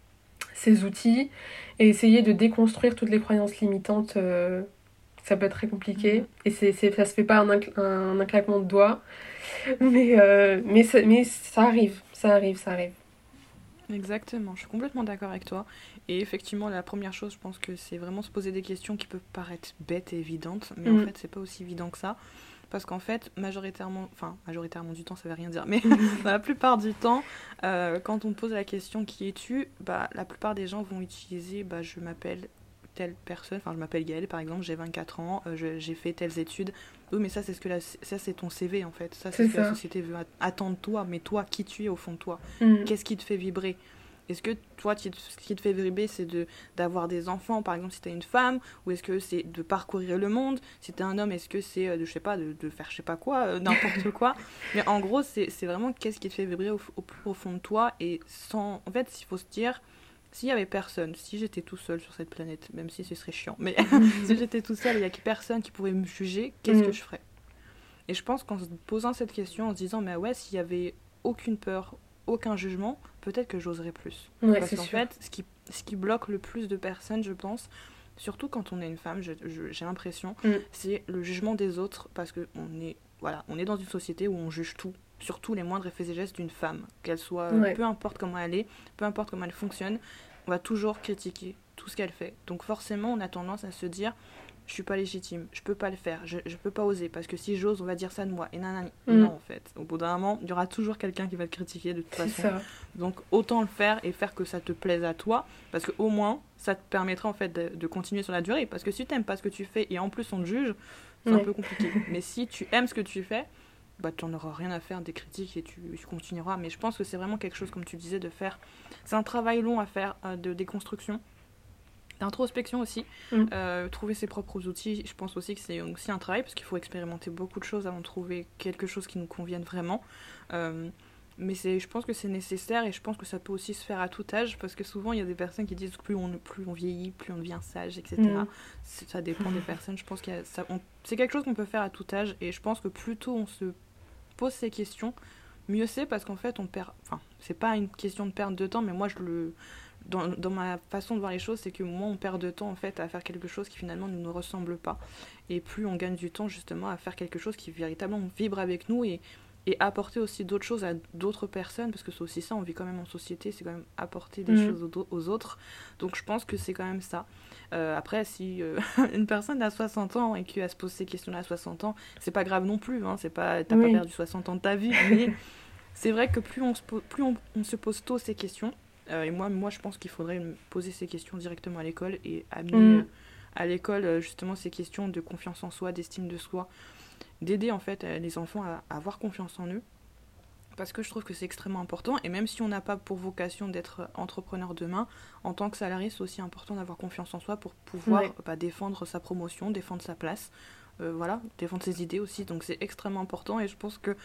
ces outils et essayer de déconstruire toutes les croyances limitantes, euh, ça peut être très compliqué. Mmh. Et c'est, c'est, ça se fait pas en un, un, un claquement de doigts, mais, euh, mais, ça, mais ça arrive, ça arrive, ça arrive. Exactement, je suis complètement d'accord avec toi. Et effectivement, la première chose, je pense que c'est vraiment se poser des questions qui peuvent paraître bêtes et évidentes, mais mmh. en fait, c'est pas aussi évident que ça. Parce qu'en fait, majoritairement, enfin, majoritairement du temps, ça veut rien dire, mais dans la plupart du temps, euh, quand on pose la question qui es-tu, bah, la plupart des gens vont utiliser bah, je m'appelle telle personne, enfin, je m'appelle Gaëlle par exemple, j'ai vingt-quatre ans, euh, je, j'ai fait telles études. Oui, mais ça, c'est, ce que la, ça, c'est ton C V en fait. Ça, c'est, c'est ce que ça. La société veut attendre de toi, mais toi, qui tu es au fond de toi mmh. Qu'est-ce qui te fait vibrer? Est-ce que toi, ce qui te fait vibrer, c'est de, d'avoir des enfants, par exemple, si t'es une femme, ou est-ce que c'est de parcourir le monde? Si t'es un homme, est-ce que c'est, de, je sais pas, de, de faire je sais pas quoi, euh, n'importe quoi? Mais en gros, c'est, c'est vraiment qu'est-ce qui te fait vibrer au, au plus profond de toi, et sans... En fait, il faut se dire, s'il y avait personne, si j'étais tout seul sur cette planète, même si ce serait chiant, mais si j'étais tout seul et il y a personne qui pouvait me juger, qu'est-ce mmh. que je ferais? Et je pense qu'en se posant cette question, en se disant, mais ouais, s'il y avait aucune peur, aucun jugement, peut-être que j'oserais plus. Ouais, parce c'est qu'en sûr. fait, ce qui, ce qui bloque le plus de personnes, je pense, surtout quand on est une femme, je, je, j'ai l'impression, mm. c'est le jugement des autres, parce qu'on est, voilà, on est dans une société où on juge tout, surtout les moindres faits et gestes d'une femme, qu'elle soit, ouais. peu importe comment elle est, peu importe comment elle fonctionne, on va toujours critiquer tout ce qu'elle fait. Donc forcément, on a tendance à se dire, je suis pas légitime, je peux pas le faire, je, je peux pas oser, parce que si j'ose, on va dire ça de moi. Et nanani. Mm. Non, en fait. Au bout d'un moment, il y aura toujours quelqu'un qui va te critiquer de toute c'est façon. Ça. Donc autant le faire et faire que ça te plaise à toi, parce qu'au moins, ça te permettra en fait de, de continuer sur la durée. Parce que si tu n'aimes pas ce que tu fais et en plus on te juge, c'est ouais. un peu compliqué. Mais si tu aimes ce que tu fais, bah tu n'en auras rien à faire des critiques et tu, tu continueras. Mais je pense que c'est vraiment quelque chose, comme tu disais, de faire. C'est un travail long à faire, euh, de déconstruction. D'introspection aussi, mmh. euh, trouver ses propres outils, je pense aussi que c'est aussi un travail parce qu'il faut expérimenter beaucoup de choses avant de trouver quelque chose qui nous convienne vraiment. Euh, mais c'est, je pense que c'est nécessaire et je pense que ça peut aussi se faire à tout âge parce que souvent il y a des personnes qui disent que plus on, plus on vieillit, plus on devient sage, et cetera. Mmh. Ça dépend des personnes, je pense que c'est quelque chose qu'on peut faire à tout âge et je pense que plus tôt on se pose ces questions, mieux c'est parce qu'en fait on perd, enfin c'est pas une question de perte de temps mais moi je le... Dans, dans ma façon de voir les choses, c'est que moins on perd de temps en fait à faire quelque chose qui finalement ne nous ressemble pas et plus on gagne du temps justement à faire quelque chose qui véritablement vibre avec nous et, et apporter aussi d'autres choses à d'autres personnes parce que c'est aussi ça, on vit quand même en société, c'est quand même apporter des mmh. choses aux, aux autres, donc je pense que c'est quand même ça. Euh, après si euh, une personne a soixante ans et qu'elle se pose ces questions là à soixante ans, c'est pas grave non plus, hein, c'est pas, t'as oui. pas perdu soixante ans de ta vie, mais c'est vrai que plus on se, po- plus on, on se pose tôt ces questions. Euh, et moi, moi, je pense qu'il faudrait me poser ces questions directement à l'école et amener mmh. euh, à l'école euh, justement ces questions de confiance en soi, d'estime de soi, d'aider en fait euh, les enfants à, à avoir confiance en eux. Parce que je trouve que c'est extrêmement important. Et même si on n'a pas pour vocation d'être entrepreneur demain, en tant que salarié, c'est aussi important d'avoir confiance en soi pour pouvoir ouais. bah, défendre sa promotion, défendre sa place, euh, voilà, défendre ses idées aussi. Donc c'est extrêmement important et je pense que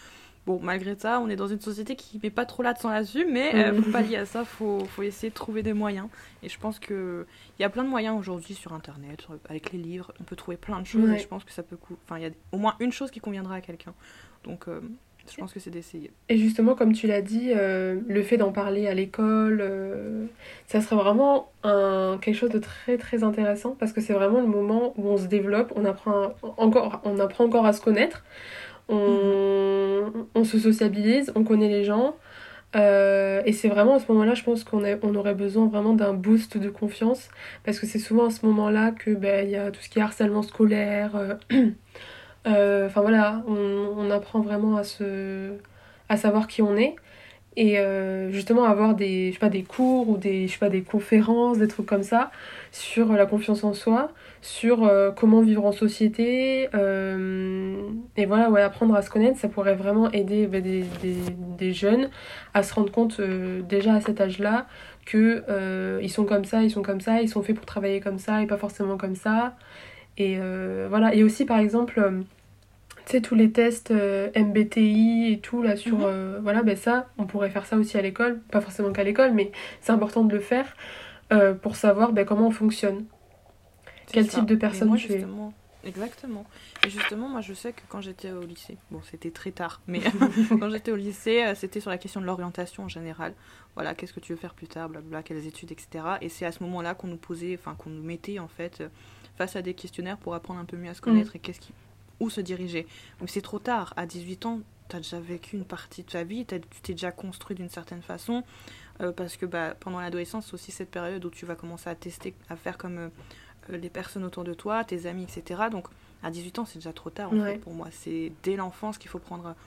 Bon, malgré ça, on est dans une société qui met pas trop l'accent là-dessus, mais euh, Mhm. pour pallier à ça, faut, faut essayer de trouver des moyens. Et je pense que il y a plein de moyens aujourd'hui sur Internet, sur- avec les livres, on peut trouver plein de choses et Ouais. je pense que ça peut... cou- Enfin, il y a au moins une chose qui conviendra à quelqu'un. Donc, euh, je pense que c'est d'essayer. Et justement, comme tu l'as dit, euh, le fait d'en parler à l'école, euh, ça serait vraiment un, quelque chose de très très intéressant parce que c'est vraiment le moment où on se développe, on apprend encore, on apprend encore à se connaître, Mhm. on, on se sociabilise, on connaît les gens. Euh, et c'est vraiment à ce moment-là, je pense qu'on a- on aurait besoin vraiment d'un boost de confiance parce que c'est souvent à ce moment-là que ben, il y a tout ce qui est harcèlement scolaire. euh, euh, Enfin voilà, on, on apprend vraiment à se, à savoir qui on est et euh, justement avoir des, je sais pas, des cours ou des, je sais pas, des conférences, des trucs comme ça sur la confiance en soi, sur euh, comment vivre en société euh, et voilà, ouais, apprendre à se connaître, ça pourrait vraiment aider bah, des, des, des jeunes à se rendre compte euh, déjà à cet âge-là que euh, ils sont comme ça, ils sont comme ça, ils sont faits pour travailler comme ça et pas forcément comme ça et euh, voilà. Et aussi par exemple euh, tu sais, tous les tests euh, M B T I et tout, là, sur... Mhm. euh, voilà, ben ça, on pourrait faire ça aussi à l'école. Pas forcément qu'à l'école, mais c'est important de le faire euh, pour savoir ben, comment on fonctionne. C'est Quel type ça. de Mais personne moi, tu es. justement, exactement. Et justement, moi, je sais que quand j'étais au lycée, bon, c'était très tard, mais quand j'étais au lycée, euh, c'était sur la question de l'orientation en général. Voilà, qu'est-ce que tu veux faire plus tard, blablabla, quelles études, et cetera. Et c'est à ce moment-là qu'on nous posait, enfin, qu'on nous mettait, en fait, euh, face à des questionnaires pour apprendre un peu mieux à se Mm. connaître et qu'est-ce qui, où se diriger. Donc, c'est trop tard. À dix-huit ans, t'as déjà vécu une partie de ta vie, t'as- tu t'es déjà construit d'une certaine façon, euh, parce que bah, pendant l'adolescence, c'est aussi cette période où tu vas commencer à tester, à faire comme euh, euh, les personnes autour de toi, tes amis, et cetera. Donc à dix-huit ans, c'est déjà trop tard en fait Ouais. pour moi. C'est dès l'enfance qu'il faut prendre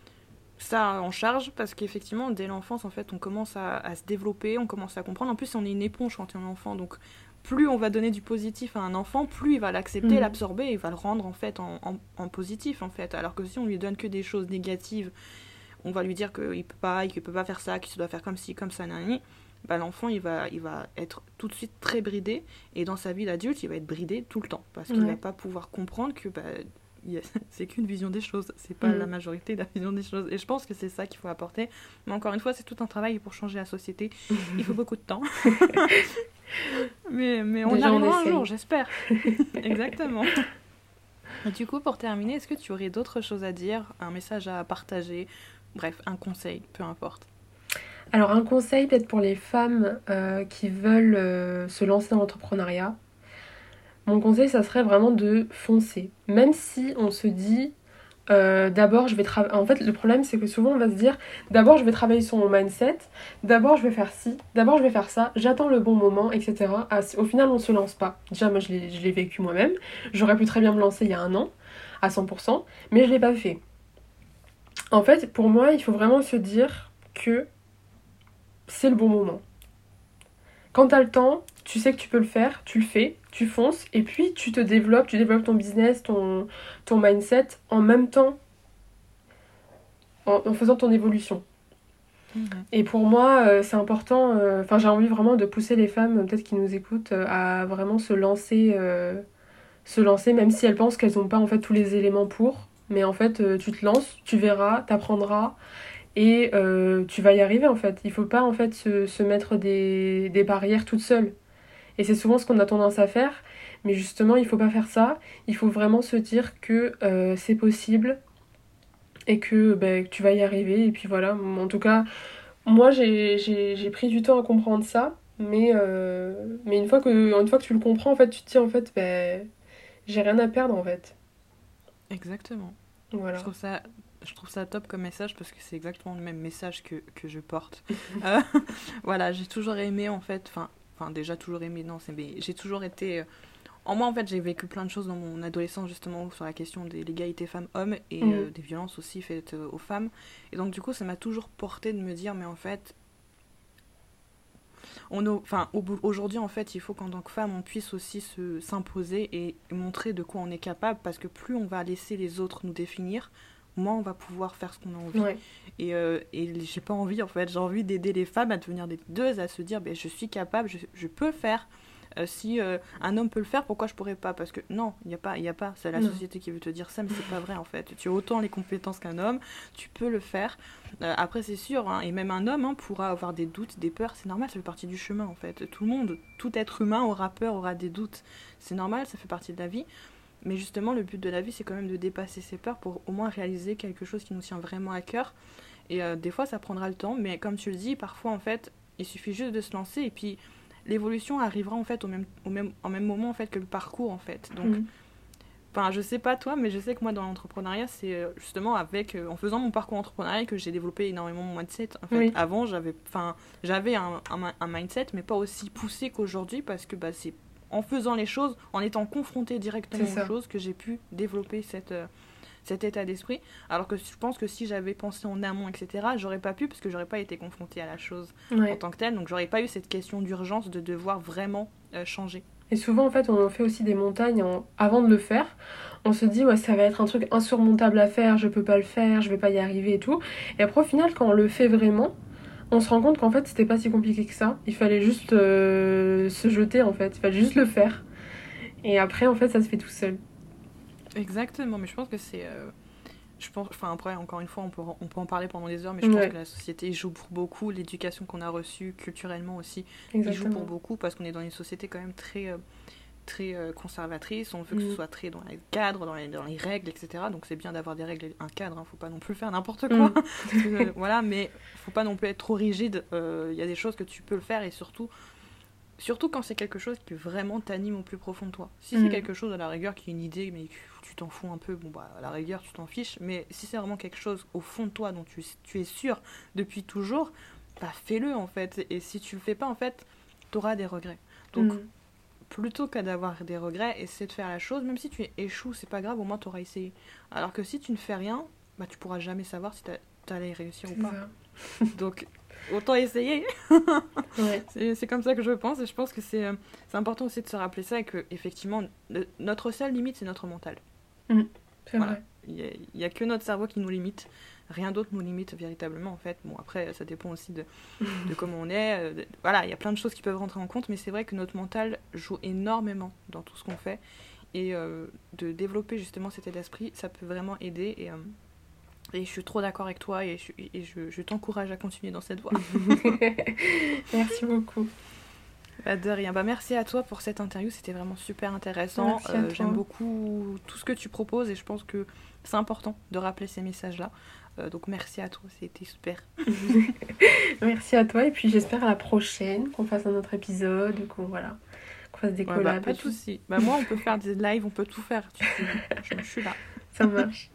ça en charge parce qu'effectivement, dès l'enfance, en fait, on commence à, à se développer, on commence à comprendre. En plus, on est une éponge quand on est enfant, donc plus on va donner du positif à un enfant, plus il va l'accepter, Mm. l'absorber et il va le rendre en fait en, en, en positif en fait. Alors que si on lui donne que des choses négatives, on va lui dire qu'il peut pas, qu'il peut pas faire ça, qu'il se doit faire comme ci, comme ça, nanani, bah, l'enfant il va, il va être tout de suite très bridé et dans sa vie d'adulte il va être bridé tout le temps parce qu'il va Ouais. pas pouvoir comprendre que bah, il y a- c'est qu'une vision des choses, c'est pas la Mm. majorité de la vision des choses et je pense que c'est ça qu'il faut apporter. Mais encore une fois, c'est tout un travail pour changer la société, il faut beaucoup de temps. mais, mais on y Déjà, on arrivera un jour, essaye. j'espère. Exactement. Et du coup, pour terminer, est-ce que tu aurais d'autres choses à dire, un message à partager, bref, un conseil, peu importe. Alors, un conseil peut-être pour les femmes euh, qui veulent euh, se lancer dans l'entrepreneuriat. Mon conseil, ça serait vraiment de foncer. Même si on se dit, Euh, d'abord, je vais travailler. En fait, le problème, c'est que souvent, on va se dire d'abord, je vais travailler sur mon mindset, d'abord, je vais faire ci, d'abord, je vais faire ça, j'attends le bon moment, et cetera. Ah, au final, on ne se lance pas. Déjà, moi, je l'ai, je l'ai vécu moi-même. J'aurais pu très bien me lancer il y a un an, à cent pour cent, mais je ne l'ai pas fait. En fait, pour moi, il faut vraiment se dire que c'est le bon moment. Quand tu as le temps, tu sais que tu peux le faire, tu le fais, tu fonces, et puis tu te développes, tu développes ton business, ton, ton mindset en même temps, en, en faisant ton évolution. Mhm. Et pour moi, euh, c'est important, euh, enfin j'ai envie vraiment de pousser les femmes, euh, peut-être qui nous écoutent, euh, à vraiment se lancer, euh, se lancer, même si elles pensent qu'elles n'ont pas en fait tous les éléments pour. Mais en fait, euh, tu te lances, tu verras, t'apprendras et euh, tu vas y arriver en fait. Il faut pas en fait se, se mettre des, des barrières toute seule. Et c'est souvent ce qu'on a tendance à faire. Mais justement, il faut pas faire ça. Il faut vraiment se dire que euh, c'est possible et que, ben, que tu vas y arriver. Et puis voilà, en tout cas, moi, j'ai, j'ai, j'ai pris du temps à comprendre ça, mais, euh, mais une fois que, une fois que tu le comprends, en fait, tu te dis, en fait, ben, j'ai rien à perdre, en fait. Exactement. Je Voilà. trouve ça, je trouve ça top comme message parce que c'est exactement le même message que, que je porte. Euh, voilà, j'ai toujours aimé en fait, enfin, enfin déjà toujours aimé, non, c'est mais j'ai toujours été. euh, En moi en fait, j'ai vécu plein de choses dans mon adolescence justement sur la question de l'égalité femmes-hommes et Mm. euh, des violences aussi faites euh, aux femmes. Et donc du coup, ça m'a toujours porté de me dire, mais en fait, on a- enfin, au bout- aujourd'hui en fait, il faut qu'en tant que femme, on puisse aussi se s'imposer et montrer de quoi on est capable parce que plus on va laisser les autres nous définir, moins on va pouvoir faire ce qu'on a envie. Ouais. Et, euh, et j'ai pas envie en fait, j'ai envie d'aider les femmes à devenir des leaders, à se dire ben, je suis capable, je, je peux faire Euh, si euh, un homme peut le faire, pourquoi je pourrais pas? Parce que non, il y a pas, il y a pas. C'est la Non. société qui veut te dire ça, mais c'est pas vrai en fait. Tu as autant les compétences qu'un homme, tu peux le faire. Euh, après, c'est sûr, hein, et même un homme hein, pourra avoir des doutes, des peurs. C'est normal, ça fait partie du chemin en fait. Tout le monde, tout être humain aura peur, aura des doutes. C'est normal, ça fait partie de la vie. Mais justement, le but de la vie, c'est quand même de dépasser ses peurs pour au moins réaliser quelque chose qui nous tient vraiment à cœur. Et euh, des fois, ça prendra le temps, mais comme tu le dis, parfois, en fait, il suffit juste de se lancer et puis l'évolution arrivera en fait au même, au même, en même moment en fait que le parcours en fait. Donc, Mhm. enfin, je sais pas toi, mais je sais que moi dans l'entrepreneuriat, c'est euh, justement avec, euh, en faisant mon parcours entrepreneurial que j'ai développé énormément mon mindset. En fait, Oui. avant, j'avais, enfin, j'avais un, un, un mindset, mais pas aussi poussé qu'aujourd'hui parce que bah, c'est en faisant les choses, en étant confronté directement C'est aux ça. choses, que j'ai pu développer cette, euh, cet état d'esprit. Alors que je pense que si j'avais pensé en amont, et cetera, j'aurais pas pu parce que j'aurais pas été confrontée à la chose en Ouais. tant que telle. Donc j'aurais pas eu cette question d'urgence de devoir vraiment euh, changer. Et souvent, en fait, on fait aussi des montagnes en- avant de le faire. On se dit, ouais, ça va être un truc insurmontable à faire, je peux pas le faire, je vais pas y arriver et tout. Et après, au final, quand on le fait vraiment, on se rend compte qu'en fait, c'était pas si compliqué que ça. Il fallait juste euh, se jeter, en fait. Il fallait juste le faire. Et après, en fait, ça se fait tout seul. Exactement, mais je pense que c'est... euh, je pense, enfin après, encore une fois, on peut, on peut en parler pendant des heures, mais je pense Ouais, que la société joue pour beaucoup, l'éducation qu'on a reçue culturellement aussi, il joue pour exactement. beaucoup, parce qu'on est dans une société quand même très, euh, très euh, conservatrice, on veut que ce Mm. soit très dans les cadres, dans les, dans les règles, et cetera. Donc c'est bien d'avoir des règles, et un cadre, hein, faut pas non plus faire n'importe quoi, Mm. parce que, euh, voilà, mais faut pas non plus être trop rigide, il euh, y a des choses que tu peux le faire, et surtout, surtout quand c'est quelque chose qui vraiment t'anime au plus profond de toi. Si c'est Mm. quelque chose à la rigueur qui est une idée, mais que tu t'en fous un peu, bon bah à la rigueur tu t'en fiches, mais si c'est vraiment quelque chose au fond de toi dont tu, tu es sûr depuis toujours, bah fais-le en fait. Et si tu le fais pas en fait, t'auras des regrets. Donc Mm. plutôt qu'à d'avoir des regrets, essaie de faire la chose, même si tu échoues, c'est pas grave, au moins t'auras essayé. Alors que si tu ne fais rien, bah tu pourras jamais savoir si t'as- t'allais réussir ou C'est pas. ça. Donc autant essayer. Ouais. C'est, c'est comme ça que je pense, et je pense que c'est, euh, c'est important aussi de se rappeler ça, et que effectivement, le- notre seule limite, c'est notre mental. Mm. C'est Voilà. vrai. Il n'y a, il y a que notre cerveau qui nous limite, rien d'autre nous limite véritablement en fait. Bon après, ça dépend aussi de, de comment on est. euh, de- voilà, il y a plein de choses qui peuvent rentrer en compte, mais c'est vrai que notre mental joue énormément dans tout ce qu'on fait, et euh, de développer justement cet état d'esprit, ça peut vraiment aider, et, euh, et je suis trop d'accord avec toi, et je, et je, je t'encourage à continuer dans cette voie. Merci beaucoup. Bah, de rien. Bah, merci à toi pour cette interview, c'était vraiment super intéressant. Merci à Euh, j'aime toi. beaucoup tout ce que tu proposes, et je pense que c'est important de rappeler ces messages-là. Euh, donc merci à toi, c'était super. Merci à toi. Et puis, j'espère à la prochaine qu'on fasse un autre épisode, qu'on voilà, qu'on fasse des Ouais, bah, collabs pas et de tout. soucis. Bah, moi, on peut faire des lives, on peut tout faire. Tu, tu- je, je suis là. Ça marche.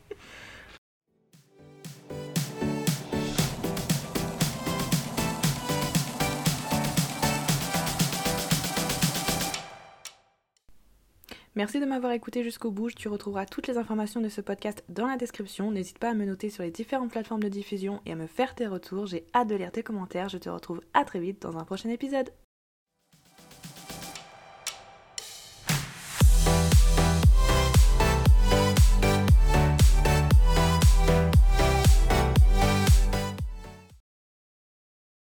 Merci de m'avoir écouté jusqu'au bout. Tu retrouveras toutes les informations de ce podcast dans la description. N'hésite pas à me noter sur les différentes plateformes de diffusion et à me faire tes retours. J'ai hâte de lire tes commentaires. Je te retrouve à très vite dans un prochain épisode.